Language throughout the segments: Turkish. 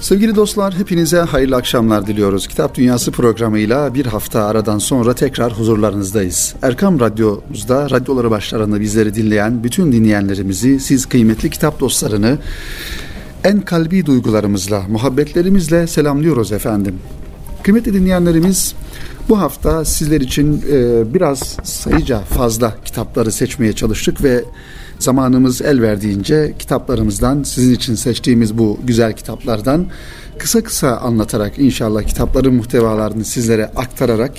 Sevgili dostlar, hepinize hayırlı akşamlar diliyoruz. Kitap Dünyası programıyla bir hafta aradan sonra tekrar huzurlarınızdayız. Erkam Radyomuzda, radyoları başlarında bizleri dinleyen bütün dinleyenlerimizi, siz kıymetli kitap dostlarını en kalbi duygularımızla, muhabbetlerimizle selamlıyoruz efendim. Kıymetli dinleyenlerimiz, bu hafta sizler için biraz sayıca fazla kitapları seçmeye çalıştık ve zamanımız el verdiğince kitaplarımızdan, sizin için seçtiğimiz bu güzel kitaplardan kısa kısa anlatarak, inşallah kitapların muhtevalarını sizlere aktararak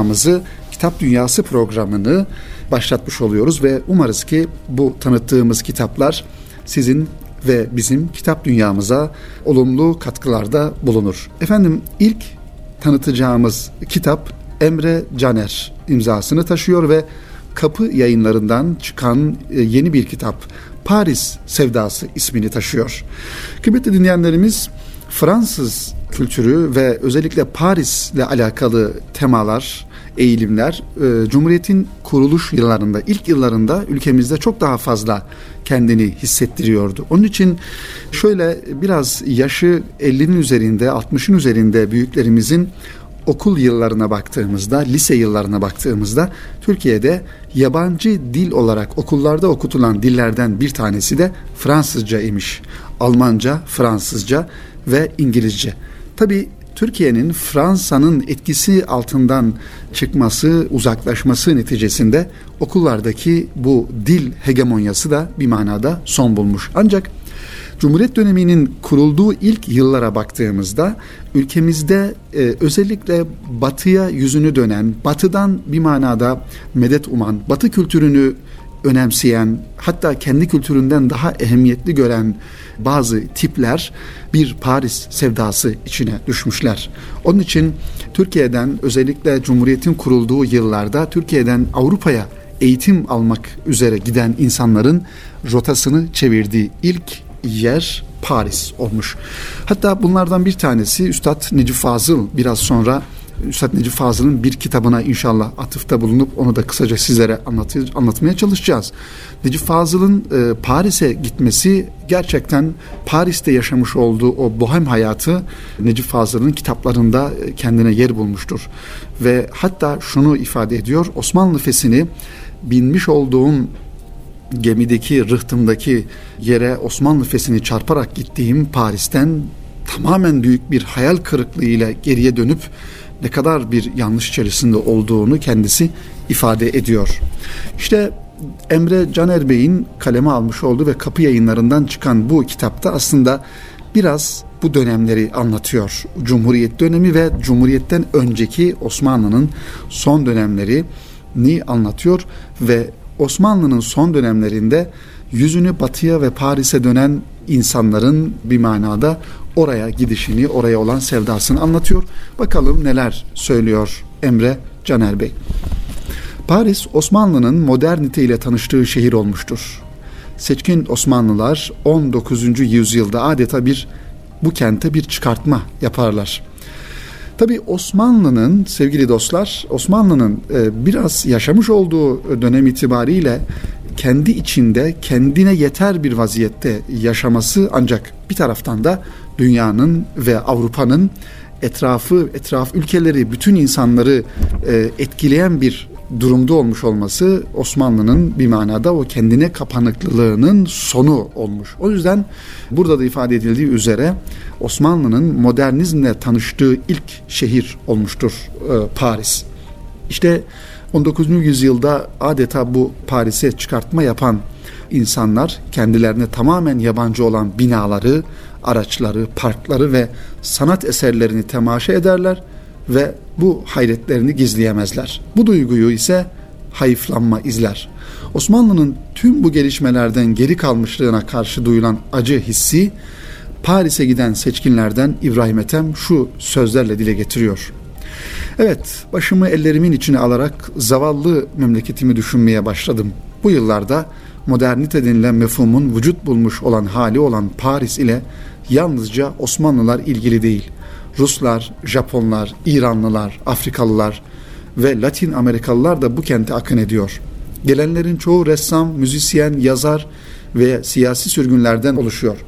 Kitap Dünyası programını başlatmış oluyoruz ve umarız ki bu tanıttığımız kitaplar sizin ve bizim kitap dünyamıza olumlu katkılarda bulunur. Efendim, ilk tanıtacağımız kitap Emre Caner imzasını taşıyor ve Kapı Yayınlarından çıkan yeni bir kitap, Paris Sevdası ismini taşıyor. Kıymetli dinleyenlerimiz, Fransız kültürü ve özellikle Paris'le alakalı temalar, eğilimler Cumhuriyet'in kuruluş yıllarında, ilk yıllarında ülkemizde çok daha fazla kendini hissettiriyordu. Onun için şöyle biraz yaşı 50'nin üzerinde, 60'ın üzerinde büyüklerimizin okul yıllarına baktığımızda, lise yıllarına baktığımızda Türkiye'de yabancı dil olarak okullarda okutulan dillerden bir tanesi de Fransızca imiş. Almanca, Fransızca ve İngilizce. Tabii Türkiye'nin Fransa'nın etkisi altından çıkması, uzaklaşması neticesinde okullardaki bu dil hegemonyası da bir manada son bulmuş. Ancak Cumhuriyet döneminin kurulduğu ilk yıllara baktığımızda ülkemizde özellikle batıya yüzünü dönen, batıdan bir manada medet uman, batı kültürünü önemseyen, hatta kendi kültüründen daha ehemmiyetli gören bazı tipler bir Paris sevdası içine düşmüşler. Onun için Türkiye'den, özellikle Cumhuriyet'in kurulduğu yıllarda Türkiye'den Avrupa'ya eğitim almak üzere giden insanların rotasını çevirdiği ilk yer Paris olmuş. Hatta bunlardan bir tanesi Üstad Necip Fazıl. Biraz sonra Üstad Necip Fazıl'ın bir kitabına inşallah atıfta bulunup onu da kısaca sizlere anlatmaya çalışacağız. Necip Fazıl'ın Paris'e gitmesi, gerçekten Paris'te yaşamış olduğu o bohem hayatı Necip Fazıl'ın kitaplarında kendine yer bulmuştur. Ve hatta şunu ifade ediyor: Osmanlı fesini binmiş olduğum gemideki, rıhtımdaki yere Osmanlı fesini çarparak gittiğim Paris'ten tamamen büyük bir hayal kırıklığı ile geriye dönüp ne kadar bir yanlış içerisinde olduğunu kendisi ifade ediyor. İşte Emre Caner Bey'in kaleme almış olduğu ve Kapı Yayınlarından çıkan bu kitapta aslında biraz bu dönemleri anlatıyor. Cumhuriyet dönemi ve Cumhuriyet'ten önceki Osmanlı'nın son dönemlerini anlatıyor ve Osmanlı'nın son dönemlerinde yüzünü batıya ve Paris'e dönen insanların bir manada oraya gidişini, oraya olan sevdasını anlatıyor. Bakalım neler söylüyor Emre Caner Bey. Paris, Osmanlı'nın modernite ile tanıştığı şehir olmuştur. Seçkin Osmanlılar 19. yüzyılda adeta bu kente bir çıkartma yaparlar. Tabii Osmanlı'nın, sevgili dostlar, Osmanlı'nın biraz yaşamış olduğu dönem itibariyle kendi içinde kendine yeter bir vaziyette yaşaması, ancak bir taraftan da dünyanın ve Avrupa'nın etraf ülkeleri, bütün insanları etkileyen bir durumda olmuş olması Osmanlı'nın bir manada o kendine kapanıklılığının sonu olmuş. O yüzden burada da ifade edildiği üzere Osmanlı'nın modernizmle tanıştığı ilk şehir olmuştur Paris. İşte 19. yüzyılda adeta bu Paris'e çıkartma yapan insanlar kendilerine tamamen yabancı olan binaları, araçları, parkları ve sanat eserlerini temaşa ederler ve bu hayretlerini gizleyemezler. Bu duyguyu ise hayıflanma izler. Osmanlı'nın tüm bu gelişmelerden geri kalmışlığına karşı duyulan acı hissi Paris'e giden seçkinlerden İbrahim Ethem şu sözlerle dile getiriyor: "Evet, başımı ellerimin içine alarak zavallı memleketimi düşünmeye başladım. Bu yıllarda modernite denilen mefhumun vücut bulmuş olan hali olan Paris ile yalnızca Osmanlılar ilgili değil. Ruslar, Japonlar, İranlılar, Afrikalılar ve Latin Amerikalılar da bu kente akın ediyor. Gelenlerin çoğu ressam, müzisyen, yazar ve siyasi sürgünlerden oluşuyor.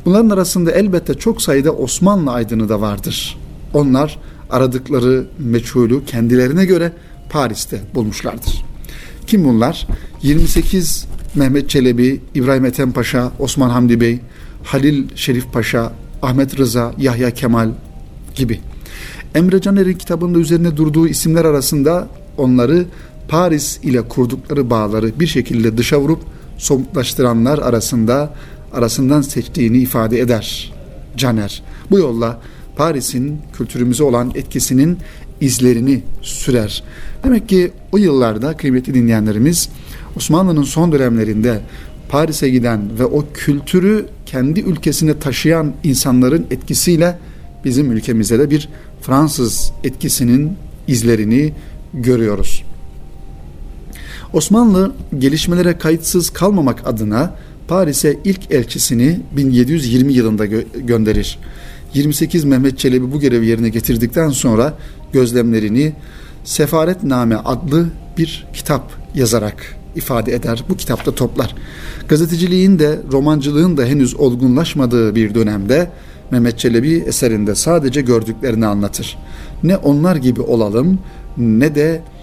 Bunların arasında elbette çok sayıda Osmanlı aydını da vardır. Onlar aradıkları meçhulü kendilerine göre Paris'te bulmuşlardır. Kim bunlar? 28 Mehmet Çelebi, İbrahim Ethem Paşa, Osman Hamdi Bey, Halil Şerif Paşa, Ahmet Rıza, Yahya Kemal gibi. Emre Caner'in kitabında üzerine durduğu isimler arasında onları Paris ile kurdukları bağları bir şekilde dışa vurup somutlaştıranlar arasından seçtiğini ifade eder Caner. Bu yolla Paris'in kültürümüze olan etkisinin izlerini sürer. Demek ki o yıllarda kıymetli dinleyenlerimiz, Osmanlı'nın son dönemlerinde Paris'e giden ve o kültürü kendi ülkesine taşıyan insanların etkisiyle bizim ülkemizde de bir Fransız etkisinin izlerini görüyoruz. Osmanlı gelişmelere kayıtsız kalmamak adına Paris'e ilk elçisini 1720 yılında gönderir. 28 Mehmet Çelebi bu görevi yerine getirdikten sonra gözlemlerini Sefaretname adlı bir kitap yazarak ifade eder. Bu kitapta toplar. Gazeteciliğin de romancılığın da henüz olgunlaşmadığı bir dönemde Mehmet Çelebi eserinde sadece gördüklerini anlatır. Ne onlar gibi olalım ne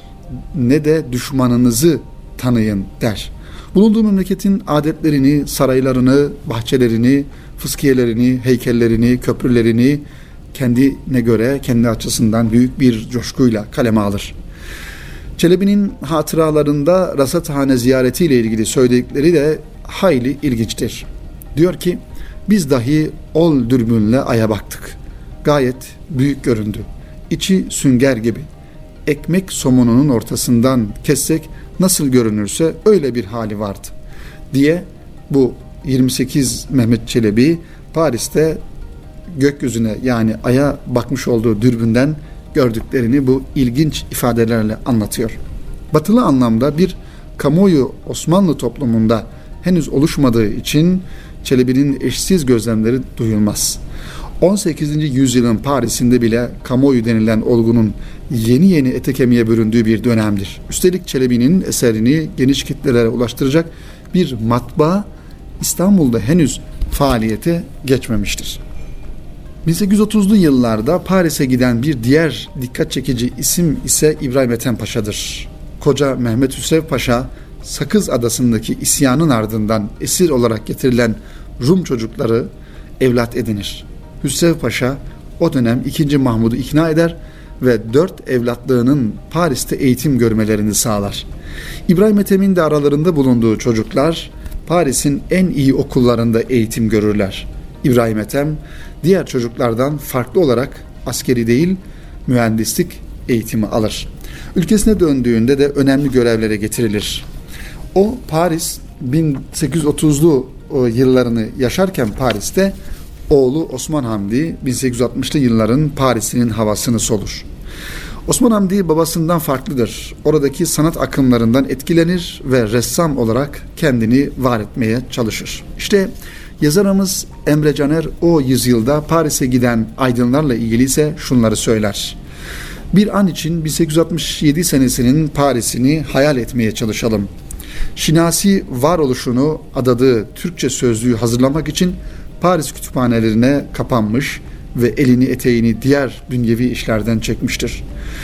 de düşmanınızı tanıyın der. Bulunduğu memleketin adetlerini, saraylarını, bahçelerini, fıskiyelerini, heykellerini, köprülerini kendine göre, kendi açısından büyük bir coşkuyla kaleme alır. Çelebi'nin hatıralarında rasathane ziyaretiyle ilgili söyledikleri de hayli ilginçtir. Diyor ki, biz dahi ol dürbünle aya baktık. Gayet büyük göründü. İçi sünger gibi. Ekmek somununun ortasından kessek nasıl görünürse öyle bir hali vardı diye bu 28 Mehmet Çelebi Paris'te gökyüzüne, yani aya bakmış olduğu dürbünden gördüklerini bu ilginç ifadelerle anlatıyor. Batılı anlamda bir kamuoyu Osmanlı toplumunda henüz oluşmadığı için Çelebi'nin eşsiz gözlemleri duyulmaz. 18. yüzyılın Paris'inde bile kamuoyu denilen olgunun yeni ete kemiğe büründüğü bir dönemdir. Üstelik Çelebi'nin eserini geniş kitlelere ulaştıracak bir matbaa İstanbul'da henüz faaliyete geçmemiştir. 1830'lu yıllarda Paris'e giden bir diğer dikkat çekici isim ise İbrahim Ethem Paşa'dır. Koca Mehmet Hüsev Paşa, Sakız Adası'ndaki isyanın ardından esir olarak getirilen Rum çocukları evlat edinir. Hüsev Paşa o dönem 2. Mahmud'u ikna eder ve 4 evlatlığının Paris'te eğitim görmelerini sağlar. İbrahim Ethem'in de aralarında bulunduğu çocuklar Paris'in en iyi okullarında eğitim görürler. İbrahim Ethem diğer çocuklardan farklı olarak askeri değil, mühendislik eğitimi alır. Ülkesine döndüğünde de önemli görevlere getirilir. O Paris 1830'lu yıllarını yaşarken Paris'te oğlu Osman Hamdi 1860'lı yılların Paris'inin havasını solur. Osman Hamdi babasından farklıdır. Oradaki sanat akımlarından etkilenir ve ressam olarak kendini var etmeye çalışır. İşte yazarımız Emre Caner o yüzyılda Paris'e giden aydınlarla ilgili ise şunları söyler. Bir an için 1867 senesinin Paris'ini hayal etmeye çalışalım. Şinasi varoluşunu adadığı Türkçe sözlüğü hazırlamak için Paris kütüphanelerine kapanmış ve elini eteğini diğer dünyevi işlerden çekmiştir.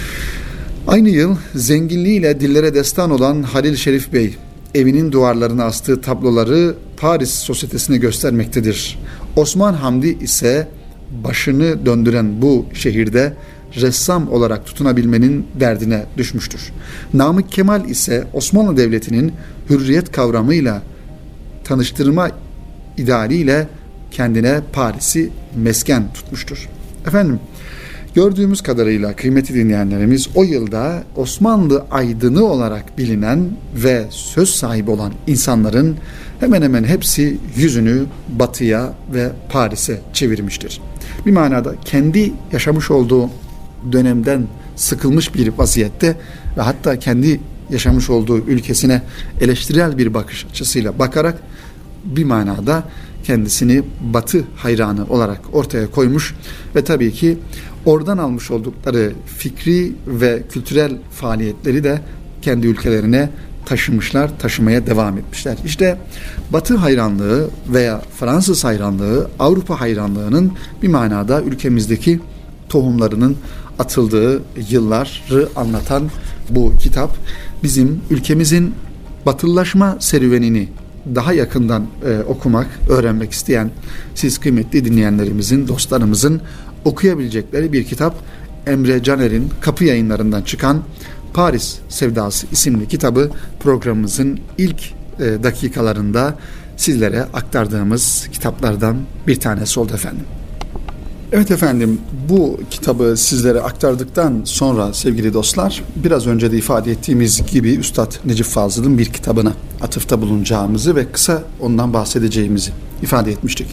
Aynı yıl zenginliğiyle dillere destan olan Halil Şerif Bey, evinin duvarlarına astığı tabloları Paris sosyetesine göstermektedir. Osman Hamdi ise başını döndüren bu şehirde ressam olarak tutunabilmenin derdine düşmüştür. Namık Kemal ise Osmanlı Devleti'nin hürriyet kavramıyla tanıştırma idealiyle kendine Paris'i mesken tutmuştur. Efendim, gördüğümüz kadarıyla kıymetli dinleyenlerimiz o yılda Osmanlı aydını olarak bilinen ve söz sahibi olan insanların hemen hemen hepsi yüzünü batıya ve Paris'e çevirmiştir. Bir manada kendi yaşamış olduğu dönemden sıkılmış bir vaziyette ve hatta kendi yaşamış olduğu ülkesine eleştirel bir bakış açısıyla bakarak bir manada kendisini Batı hayranı olarak ortaya koymuş ve tabii ki oradan almış oldukları fikri ve kültürel faaliyetleri de kendi ülkelerine taşımışlar, taşımaya devam etmişler. İşte Batı hayranlığı veya Fransız hayranlığı, Avrupa hayranlığının bir manada ülkemizdeki tohumlarının atıldığı yılları anlatan bu kitap bizim ülkemizin batılılaşma serüvenini daha yakından okumak, öğrenmek isteyen siz kıymetli dinleyenlerimizin, dostlarımızın okuyabilecekleri bir kitap. Emre Caner'in Kapı Yayınları'ndan çıkan Paris Sevdası isimli kitabı programımızın ilk dakikalarında sizlere aktardığımız kitaplardan bir tanesi oldu efendim. Evet efendim, bu kitabı sizlere aktardıktan sonra sevgili dostlar, biraz önce de ifade ettiğimiz gibi Üstad Necip Fazıl'ın bir kitabına atıfta bulunacağımızı ve kısa ondan bahsedeceğimizi ifade etmiştik.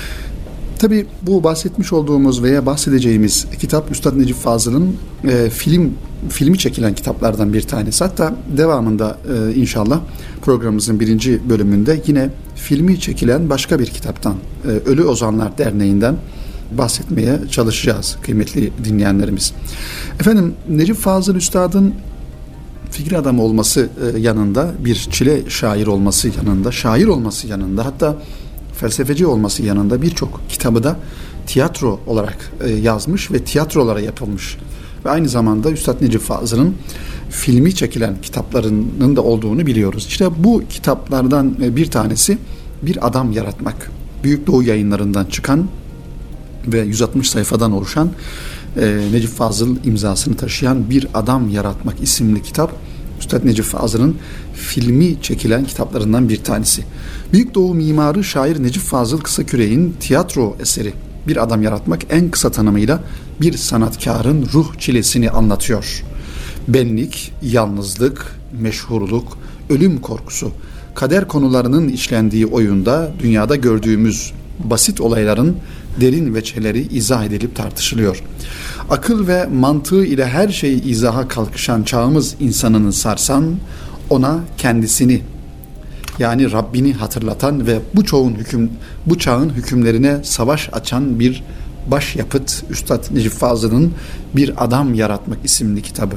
Tabii bu bahsetmiş olduğumuz veya bahsedeceğimiz kitap Üstad Necip Fazıl'ın filmi çekilen kitaplardan bir tanesi. Hatta devamında inşallah programımızın 1. bölümünde yine filmi çekilen başka bir kitaptan, Ölü Ozanlar Derneği'nden bahsetmeye çalışacağız kıymetli dinleyenlerimiz. Efendim, Necip Fazıl Üstad'ın fikri adam olması yanında, bir çile şair olması yanında, şair olması yanında, hatta felsefeci olması yanında birçok kitabı da tiyatro olarak yazmış ve tiyatrolara yapılmış. Ve aynı zamanda Üstad Necip Fazıl'ın filmi çekilen kitaplarının da olduğunu biliyoruz. İşte bu kitaplardan bir tanesi Bir Adam Yaratmak. Büyük Doğu Yayınları'ndan çıkan ve 160 sayfadan oluşan Necip Fazıl imzasını taşıyan Bir Adam Yaratmak isimli kitap, Üstad Necip Fazıl'ın filmi çekilen kitaplarından bir tanesi. Büyük Doğu mimarı şair Necip Fazıl Kısaküre'nin tiyatro eseri Bir Adam Yaratmak en kısa tanımıyla bir sanatkarın ruh çilesini anlatıyor. Benlik, yalnızlık, meşhurluk, ölüm korkusu, kader konularının işlendiği oyunda dünyada gördüğümüz basit olayların derin veçeleri izah edilip tartışılıyor. Akıl ve mantığı ile her şeyi izaha kalkışan çağımız insanını sarsan, ona kendisini, yani Rabbini hatırlatan ve bu çağın hükümlerine savaş açan bir başyapıt Üstad Necip Fazıl'ın Bir Adam Yaratmak isimli kitabı.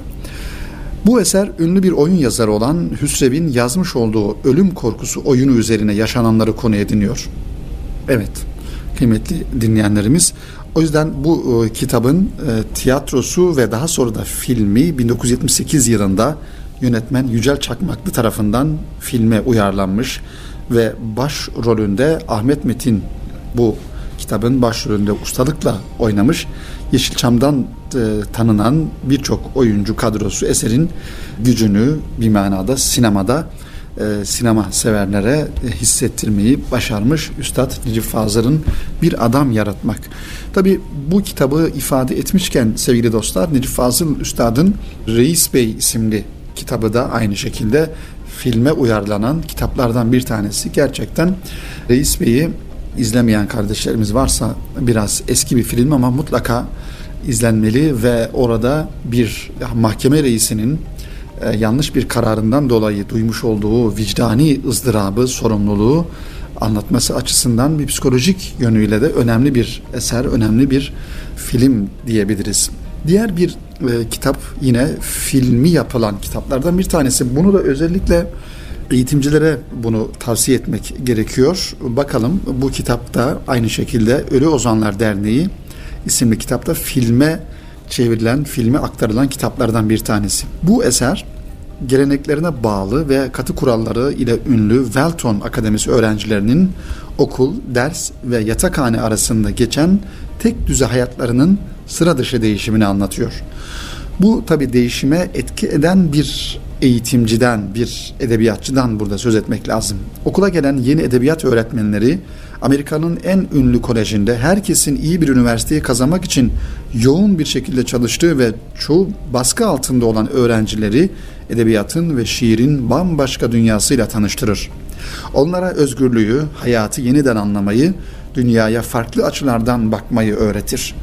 Bu eser ünlü bir oyun yazarı olan Hüsrev'in yazmış olduğu ölüm korkusu oyunu üzerine yaşananları konu ediniyor. Evet, kıymetli dinleyenlerimiz, o yüzden bu kitabın tiyatrosu ve daha sonra da filmi 1978 yılında yönetmen Yücel Çakmaklı tarafından filme uyarlanmış ve başrolünde Ahmet Metin bu kitabın başrolünde ustalıkla oynamış. Yeşilçam'dan tanınan birçok oyuncu kadrosu eserin gücünü bir manada sinemada sinema severlere hissettirmeyi başarmış Üstad Necip Fazıl'ın Bir Adam Yaratmak. Tabii bu kitabı ifade etmişken sevgili dostlar, Necip Fazıl Üstad'ın Reis Bey isimli kitabı da aynı şekilde filme uyarlanan kitaplardan bir tanesi. Gerçekten Reis Bey'i izlemeyen kardeşlerimiz varsa, biraz eski bir film ama mutlaka izlenmeli ve orada bir mahkeme reisinin yanlış bir kararından dolayı duymuş olduğu vicdani ızdırabı, sorumluluğu anlatması açısından bir psikolojik yönüyle de önemli bir eser, önemli bir film diyebiliriz. Diğer bir kitap yine filmi yapılan kitaplardan bir tanesi. Bunu da özellikle eğitimcilere bunu tavsiye etmek gerekiyor. Bakalım, bu kitapta aynı şekilde Ölü Ozanlar Derneği isimli kitapta filme çevrilen, filme aktarılan kitaplardan bir tanesi. Bu eser geleneklerine bağlı ve katı kuralları ile ünlü Welton Akademisi öğrencilerinin okul, ders ve yatakhane arasında geçen tek düze hayatlarının sıra dışı değişimini anlatıyor. Bu tabii değişime etki eden bir eğitimciden, bir edebiyatçıdan burada söz etmek lazım. Okula gelen yeni edebiyat öğretmenleri Amerika'nın en ünlü kolejinde herkesin iyi bir üniversiteyi kazanmak için yoğun bir şekilde çalıştığı ve çoğu baskı altında olan öğrencileri edebiyatın ve şiirin bambaşka dünyasıyla tanıştırır. Onlara özgürlüğü, hayatı yeniden anlamayı, dünyaya farklı açılardan bakmayı öğretir.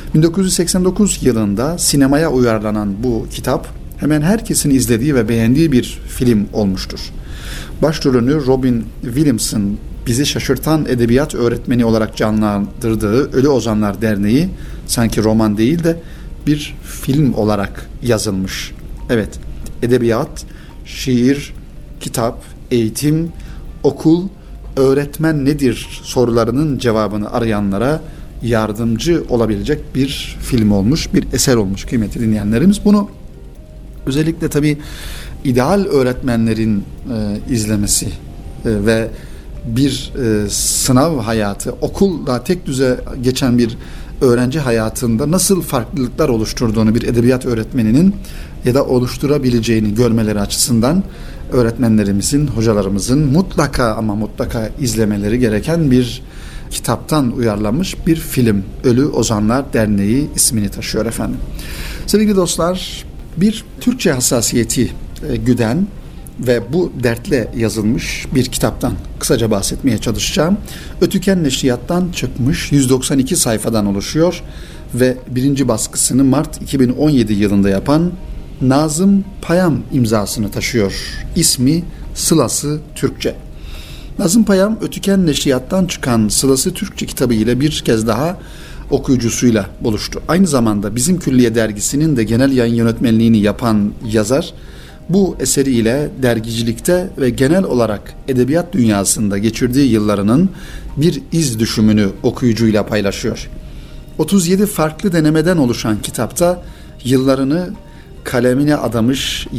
1989 yılında sinemaya uyarlanan bu kitap hemen herkesin izlediği ve beğendiği bir film olmuştur. Başrolünü Robin Williams'ın bizi şaşırtan edebiyat öğretmeni olarak canlandırdığı Ölü Ozanlar Derneği sanki roman değil de bir film olarak yazılmış. Evet, edebiyat, şiir, kitap, eğitim, okul, öğretmen nedir sorularının cevabını arayanlara yardımcı olabilecek bir film olmuş, bir eser olmuş kıymetli dinleyenlerimiz. Bunu özellikle tabii ideal öğretmenlerin izlemesi ve bir sınav hayatı, okulda tek düze geçen bir öğrenci hayatında nasıl farklılıklar oluşturduğunu bir edebiyat öğretmeninin ya da oluşturabileceğini görmeleri açısından öğretmenlerimizin, hocalarımızın mutlaka ama mutlaka izlemeleri gereken bir kitaptan uyarlanmış bir film. Ölü Ozanlar Derneği ismini taşıyor efendim. Sevgili dostlar, bir Türkçe hassasiyeti güden ve bu dertle yazılmış bir kitaptan kısaca bahsetmeye çalışacağım. Ötüken Neşriyat'tan çıkmış, 192 sayfadan oluşuyor ve birinci baskısını Mart 2017 yılında yapan Nazım Payam imzasını taşıyor. İsmi Sılası Türkçe. Nazım Payam, Ötüken Neşriyat'tan çıkan Sılası Türkçe kitabı ile bir kez daha okuyucusuyla buluştu. Aynı zamanda Bizim Külliye dergisinin de genel yayın yönetmenliğini yapan yazar, bu eseriyle dergicilikte ve genel olarak edebiyat dünyasında geçirdiği yıllarının bir iz düşümünü okuyucuyla paylaşıyor. 37 farklı denemeden oluşan kitapta yıllarını kalemine adamış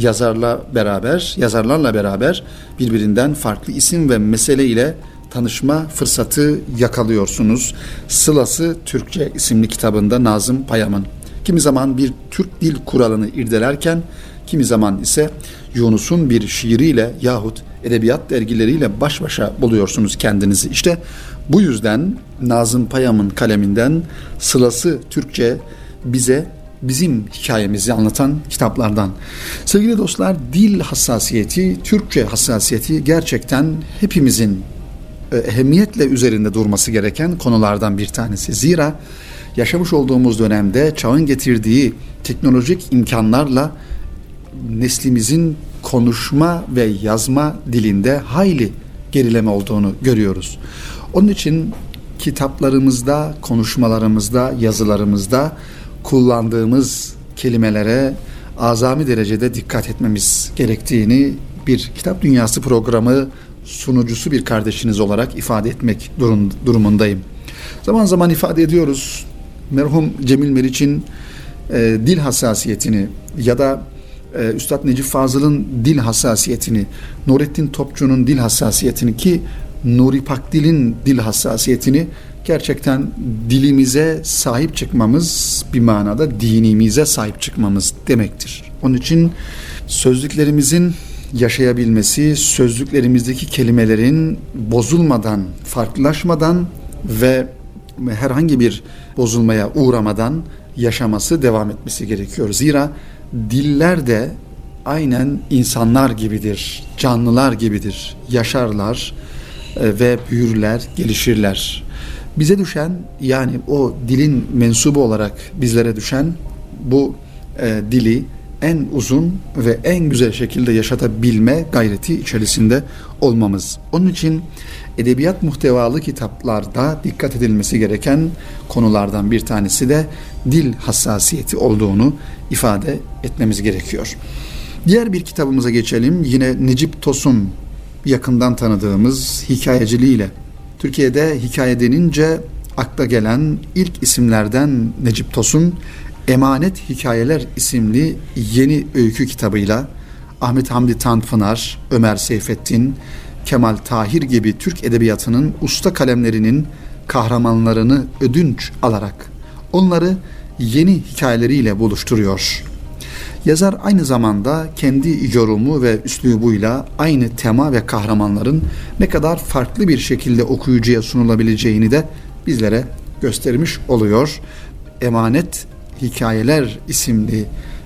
yazarlarla beraber birbirinden farklı isim ve mesele ile tanışma fırsatı yakalıyorsunuz. Sılası Türkçe isimli kitabında Nazım Payam'ın kimi zaman bir Türk dil kuralını irdelerken, kimi zaman ise Yunus'un bir şiiriyle yahut edebiyat dergileriyle baş başa buluyorsunuz kendinizi. İşte bu yüzden Nazım Payam'ın kaleminden Sılası Türkçe bize bizim hikayemizi anlatan kitaplardan. Sevgili dostlar, dil hassasiyeti, Türkçe hassasiyeti gerçekten hepimizin ehemmiyetle üzerinde durması gereken konulardan bir tanesi. Zira yaşamış olduğumuz dönemde çağın getirdiği teknolojik imkanlarla neslimizin konuşma ve yazma dilinde hayli gerileme olduğunu görüyoruz. Onun için kitaplarımızda, konuşmalarımızda, yazılarımızda kullandığımız kelimelere azami derecede dikkat etmemiz gerektiğini bir Kitap Dünyası programı sunucusu bir kardeşiniz olarak ifade etmek durumundayım. Zaman zaman ifade ediyoruz. Merhum Cemil Meriç'in dil hassasiyetini ya da Üstad Necip Fazıl'ın dil hassasiyetini, Nurettin Topçu'nun dil hassasiyetini ki Nuri Pakdil'in dil hassasiyetini gerçekten dilimize sahip çıkmamız bir manada dinimize sahip çıkmamız demektir. Onun için sözlüklerimizin yaşayabilmesi, sözlüklerimizdeki kelimelerin bozulmadan, farklılaşmadan ve herhangi bir bozulmaya uğramadan yaşaması, devam etmesi gerekiyor. Zira diller de aynen insanlar gibidir, canlılar gibidir. Yaşarlar ve büyürler, gelişirler. Bize düşen, yani o dilin mensubu olarak bizlere düşen bu dili en uzun ve en güzel şekilde yaşatabilme gayreti içerisinde olmamız. Onun için edebiyat muhtevalı kitaplarda dikkat edilmesi gereken konulardan bir tanesi de dil hassasiyeti olduğunu ifade etmemiz gerekiyor. Diğer bir kitabımıza geçelim. Yine Necip Tosun, yakından tanıdığımız hikayeciliğiyle. Türkiye'de hikaye denince akla gelen ilk isimlerden Necip Tosun, Emanet Hikayeler isimli yeni öykü kitabıyla Ahmet Hamdi Tanpınar, Ömer Seyfettin, Kemal Tahir gibi Türk edebiyatının usta kalemlerinin kahramanlarını ödünç alarak onları yeni hikayeleriyle buluşturuyor. Yazar aynı zamanda kendi yorumu ve üslubuyla aynı tema ve kahramanların ne kadar farklı bir şekilde okuyucuya sunulabileceğini de bizlere göstermiş oluyor. Emanet Hikayeler isimli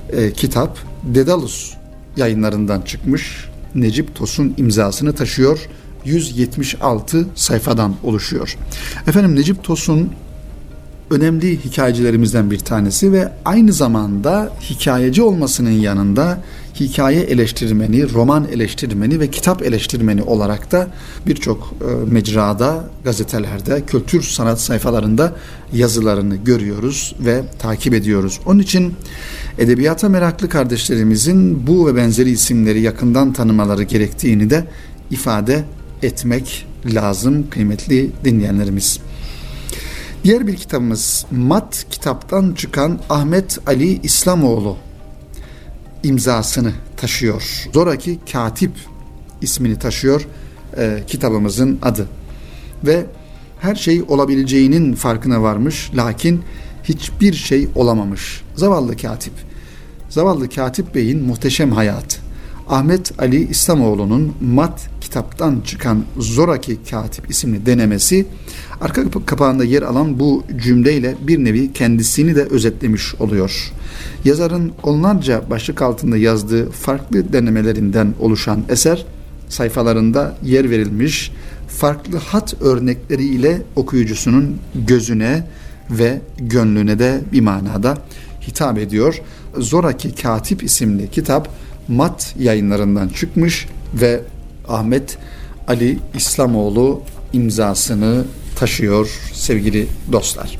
kitap Dedalus yayınlarından çıkmış. Necip Tosun imzasını taşıyor. 176 sayfadan oluşuyor. Efendim, Necip Tosun önemli hikayecilerimizden bir tanesi ve aynı zamanda hikayeci olmasının yanında hikaye eleştirmeni, roman eleştirmeni ve kitap eleştirmeni olarak da birçok mecrada, gazetelerde, kültür sanat sayfalarında yazılarını görüyoruz ve takip ediyoruz. Onun için edebiyata meraklı kardeşlerimizin bu ve benzeri isimleri yakından tanımaları gerektiğini de ifade etmek lazım kıymetli dinleyenlerimiz. Diğer bir kitabımız Mat kitaptan çıkan Ahmet Ali İslamoğlu imzasını taşıyor. Zoraki Katip ismini taşıyor kitabımızın adı. Ve her şey olabileceğinin farkına varmış, lakin hiçbir şey olamamış. Zavallı katip. Zavallı Katip Bey'in muhteşem hayatı. Ahmet Ali İslamoğlu'nun Mat kitaptan çıkan Zoraki Katip isimli denemesi, arka kapağında yer alan bu cümleyle bir nevi kendisini de özetlemiş oluyor. Yazarın onlarca başlık altında yazdığı farklı denemelerinden oluşan eser, sayfalarında yer verilmiş farklı hat örnekleriyle okuyucusunun gözüne ve gönlüne de bir manada hitap ediyor. Zoraki Katip isimli kitap Mat yayınlarından çıkmış ve Ahmet Ali İslamoğlu imzasını taşıyor sevgili dostlar.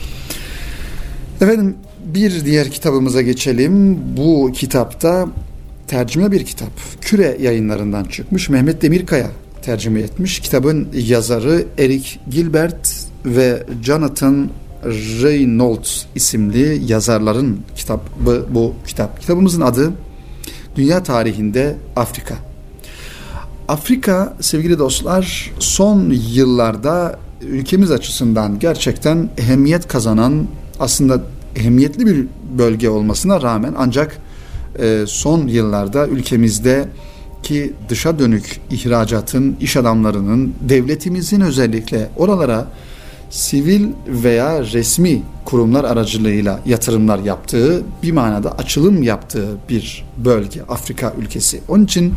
Efendim, bir diğer kitabımıza geçelim. Bu kitapta tercüme bir kitap. Küre yayınlarından çıkmış. Mehmet Demirkaya tercüme etmiş. Kitabın yazarı Eric Gilbert ve Jonathan Reynolds isimli yazarların kitabı bu kitap. Kitabımızın adı Dünya Tarihinde Afrika. Afrika sevgili dostlar son yıllarda ülkemiz açısından gerçekten ehemmiyet kazanan, aslında ehemmiyetli bir bölge olmasına rağmen ancak son yıllarda ülkemizdeki dışa dönük ihracatın, iş adamlarının, devletimizin özellikle oralara sivil veya resmi kurumlar aracılığıyla yatırımlar yaptığı, bir manada açılım yaptığı bir bölge Afrika ülkesi. Onun için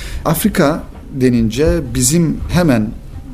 Afrika denince bizim hemen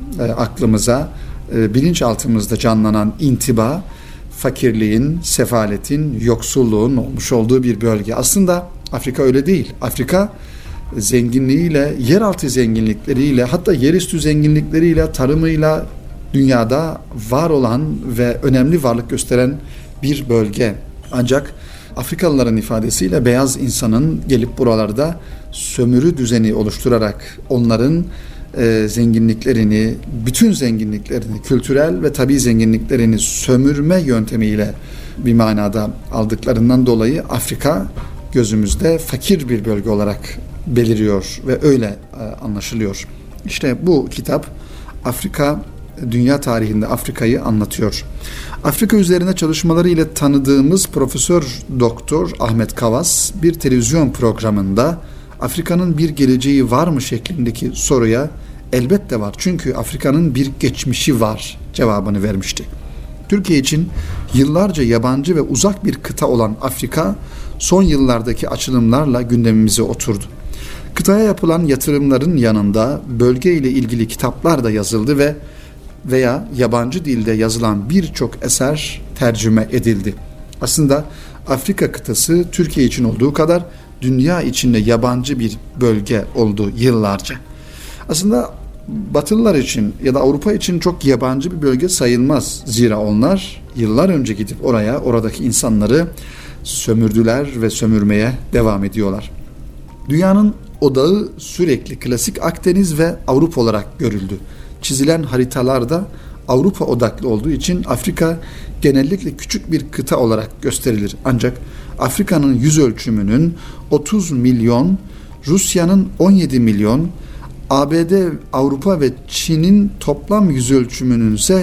aklımıza, bilinçaltımızda canlanan intiba, fakirliğin, sefaletin, yoksulluğun olmuş olduğu bir bölge. Aslında Afrika öyle değil. Afrika zenginliğiyle, yeraltı zenginlikleriyle, hatta yerüstü zenginlikleriyle, tarımıyla dünyada var olan ve önemli varlık gösteren bir bölge. Ancak Afrikalıların ifadesiyle beyaz insanın gelip buralarda sömürü düzeni oluşturarak onların zenginliklerini, bütün zenginliklerini, kültürel ve tabii zenginliklerini sömürme yöntemiyle bir manada aldıklarından dolayı Afrika gözümüzde fakir bir bölge olarak beliriyor ve öyle anlaşılıyor. İşte bu kitap Afrika, dünya tarihinde Afrika'yı anlatıyor. Afrika üzerine çalışmaları ile tanıdığımız Profesör Doktor Ahmet Kavas bir televizyon programında Afrika'nın bir geleceği var mı şeklindeki soruya elbette var. Çünkü Afrika'nın bir geçmişi var cevabını vermişti. Türkiye için yıllarca yabancı ve uzak bir kıta olan Afrika son yıllardaki açılımlarla gündemimize oturdu. Kıtaya yapılan yatırımların yanında bölge ile ilgili kitaplar da yazıldı veya yabancı dilde yazılan birçok eser tercüme edildi. Aslında Afrika kıtası Türkiye için olduğu kadar dünya içinde yabancı bir bölge oldu yıllarca. Aslında Batılılar için ya da Avrupa için çok yabancı bir bölge sayılmaz. Zira onlar yıllar önce gidip oradaki insanları sömürdüler ve sömürmeye devam ediyorlar. Dünyanın odağı sürekli klasik Akdeniz ve Avrupa olarak görüldü. Çizilen haritalarda Avrupa odaklı olduğu için Afrika genellikle küçük bir kıta olarak gösterilir. Ancak Afrika'nın yüz ölçümünün 30 milyon, Rusya'nın 17 milyon, ABD, Avrupa ve Çin'in toplam yüz ölçümünün ise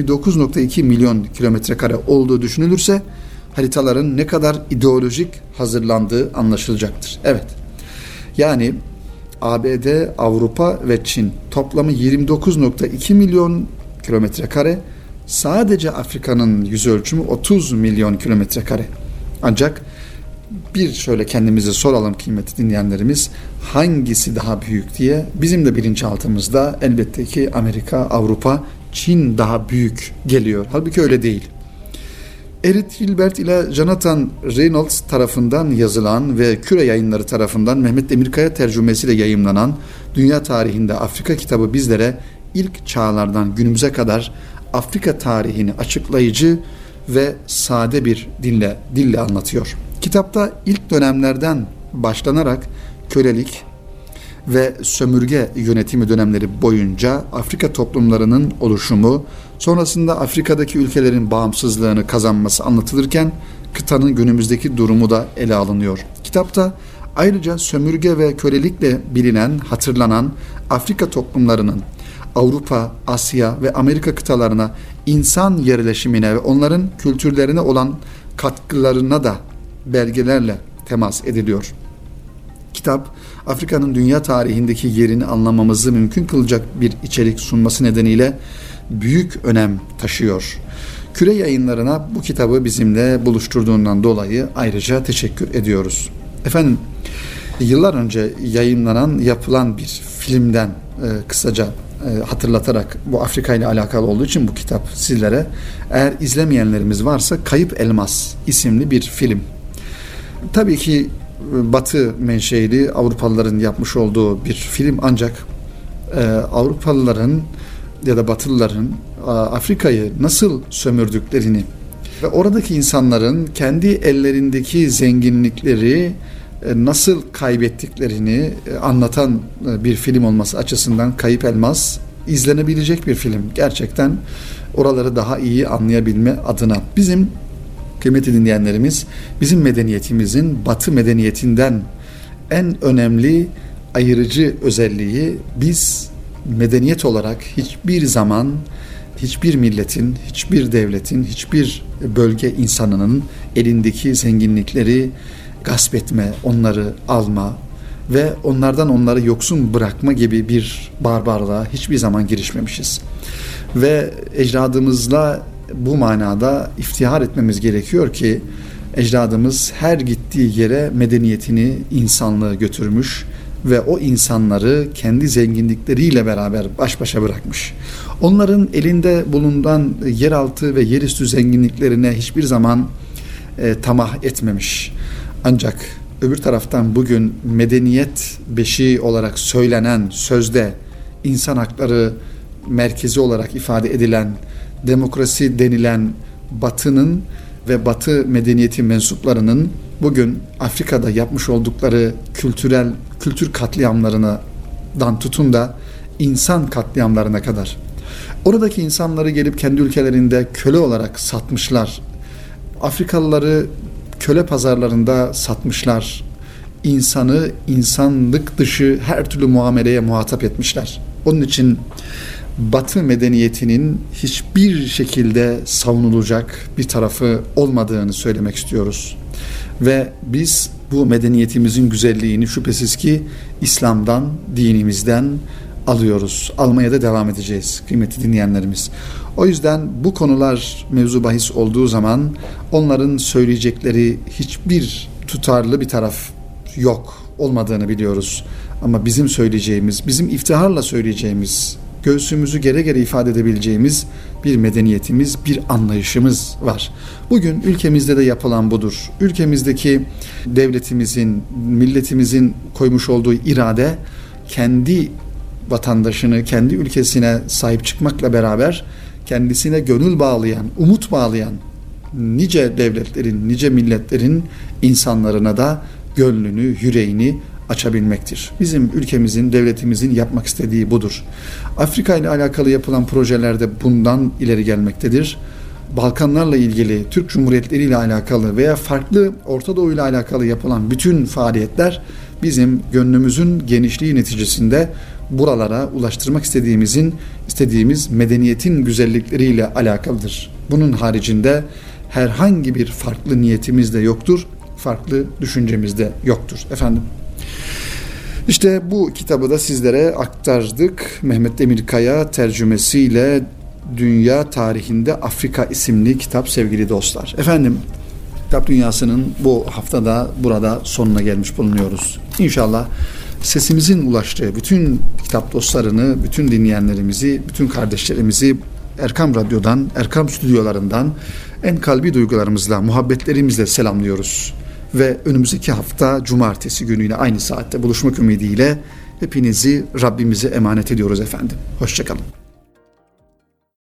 29,2 milyon kilometre kare olduğu düşünülürse haritaların ne kadar ideolojik hazırlandığı anlaşılacaktır. Evet, yani ABD, Avrupa ve Çin toplamı 29,2 milyon kilometre kare, sadece Afrika'nın yüz ölçümü 30 milyon kilometre kare. Ancak bir şöyle kendimize soralım kıymetli dinleyenlerimiz, hangisi daha büyük diye. Bizim de bilinçaltımızda elbette ki Amerika, Avrupa, Çin daha büyük geliyor. Halbuki öyle değil. Edith Gilbert ile Jonathan Reynolds tarafından yazılan ve Küre Yayınları tarafından Mehmet Demirkaya tercümesiyle yayımlanan Dünya Tarihinde Afrika kitabı bizlere ilk çağlardan günümüze kadar Afrika tarihini açıklayıcı ve sade bir dille anlatıyor. Kitapta ilk dönemlerden başlanarak kölelik ve sömürge yönetimi dönemleri boyunca Afrika toplumlarının oluşumu, sonrasında Afrika'daki ülkelerin bağımsızlığını kazanması anlatılırken kıtanın günümüzdeki durumu da ele alınıyor. Kitapta ayrıca sömürge ve kölelikle bilinen, hatırlanan Afrika toplumlarının Avrupa, Asya ve Amerika kıtalarına insan yerleşimine ve onların kültürlerine olan katkılarına da belgelerle temas ediliyor. Kitap, Afrika'nın dünya tarihindeki yerini anlamamızı mümkün kılacak bir içerik sunması nedeniyle büyük önem taşıyor. Küre Yayınları'na bu kitabı bizimle buluşturduğundan dolayı ayrıca teşekkür ediyoruz. Efendim, yıllar önce yapılan bir filmden kısaca hatırlatarak, bu Afrika ile alakalı olduğu için bu kitap sizlere, eğer izlemeyenlerimiz varsa, Kayıp Elmas isimli bir film. Tabii ki Batı menşeli Avrupalıların yapmış olduğu bir film, ancak Avrupalıların ya da Batılıların Afrika'yı nasıl sömürdüklerini ve oradaki insanların kendi ellerindeki zenginlikleri nasıl kaybettiklerini anlatan bir film olması açısından Kayıp Elmas izlenebilecek bir film. Gerçekten oraları daha iyi anlayabilme adına. Bizim kıymetli dinleyenlerimiz, bizim medeniyetimizin Batı medeniyetinden en önemli ayırıcı özelliği, biz medeniyet olarak hiçbir zaman hiçbir milletin, hiçbir devletin, hiçbir bölge insanının elindeki zenginlikleri gasp etme, onları alma ve onları yoksun bırakma gibi bir barbarlığa hiçbir zaman girişmemişiz. Ve ecdadımızla bu manada iftihar etmemiz gerekiyor ki ecdadımız her gittiği yere medeniyetini, insanlığı götürmüş ve o insanları kendi zenginlikleriyle beraber baş başa bırakmış. Onların elinde bulunan yeraltı ve yerüstü zenginliklerine hiçbir zaman tamah etmemiş. Ancak öbür taraftan bugün medeniyet beşiği olarak söylenen sözde insan hakları merkezi olarak ifade edilen, demokrasi denilen Batı'nın ve Batı medeniyeti mensuplarının bugün Afrika'da yapmış oldukları kültür katliamlarından tutun da insan katliamlarına kadar. Oradaki insanları gelip kendi ülkelerinde köle olarak satmışlar. Afrikalıları köle pazarlarında satmışlar. İnsanı insanlık dışı her türlü muameleye muhatap etmişler. Onun için Batı medeniyetinin hiçbir şekilde savunulacak bir tarafı olmadığını söylemek istiyoruz. Ve biz bu medeniyetimizin güzelliğini şüphesiz ki İslam'dan, dinimizden alıyoruz. Almaya da devam edeceğiz kıymetli dinleyenlerimiz. O yüzden bu konular mevzu bahis olduğu zaman onların söyleyecekleri hiçbir tutarlı bir taraf olmadığını biliyoruz. Ama bizim söyleyeceğimiz, bizim iftiharla söyleyeceğimiz, göğsümüzü gere gere ifade edebileceğimiz bir medeniyetimiz, bir anlayışımız var. Bugün ülkemizde de yapılan budur. Ülkemizdeki devletimizin, milletimizin koymuş olduğu irade, kendi vatandaşını, kendi ülkesine sahip çıkmakla beraber kendisine gönül bağlayan, umut bağlayan nice devletlerin, nice milletlerin insanlarına da gönlünü, yüreğini açabilmektir. Bizim ülkemizin, devletimizin yapmak istediği budur. Afrika ile alakalı yapılan projelerde bundan ileri gelmektedir. Balkanlarla ilgili, Türk Cumhuriyetleri ile alakalı veya farklı Orta Doğu ile alakalı yapılan bütün faaliyetler bizim gönlümüzün genişliği neticesinde buralara ulaştırmak istediğimiz medeniyetin güzellikleriyle alakalıdır. Bunun haricinde herhangi bir farklı niyetimiz de yoktur, farklı düşüncemiz de yoktur. Efendim, İşte bu kitabı da sizlere aktardık. Mehmet Demirkaya tercümesiyle Dünya Tarihinde Afrika isimli kitap sevgili dostlar. Efendim, Kitap Dünyası'nın bu haftada burada sonuna gelmiş bulunuyoruz. İnşallah sesimizin ulaştığı bütün kitap dostlarını, bütün dinleyenlerimizi, bütün kardeşlerimizi Erkam Radyo'dan, Erkam Stüdyolarından en kalbi duygularımızla, muhabbetlerimizle selamlıyoruz. Ve önümüzdeki hafta cumartesi günü yine aynı saatte buluşmak ümidiyle hepinizi Rabbimize emanet ediyoruz efendim. Hoşça kalın.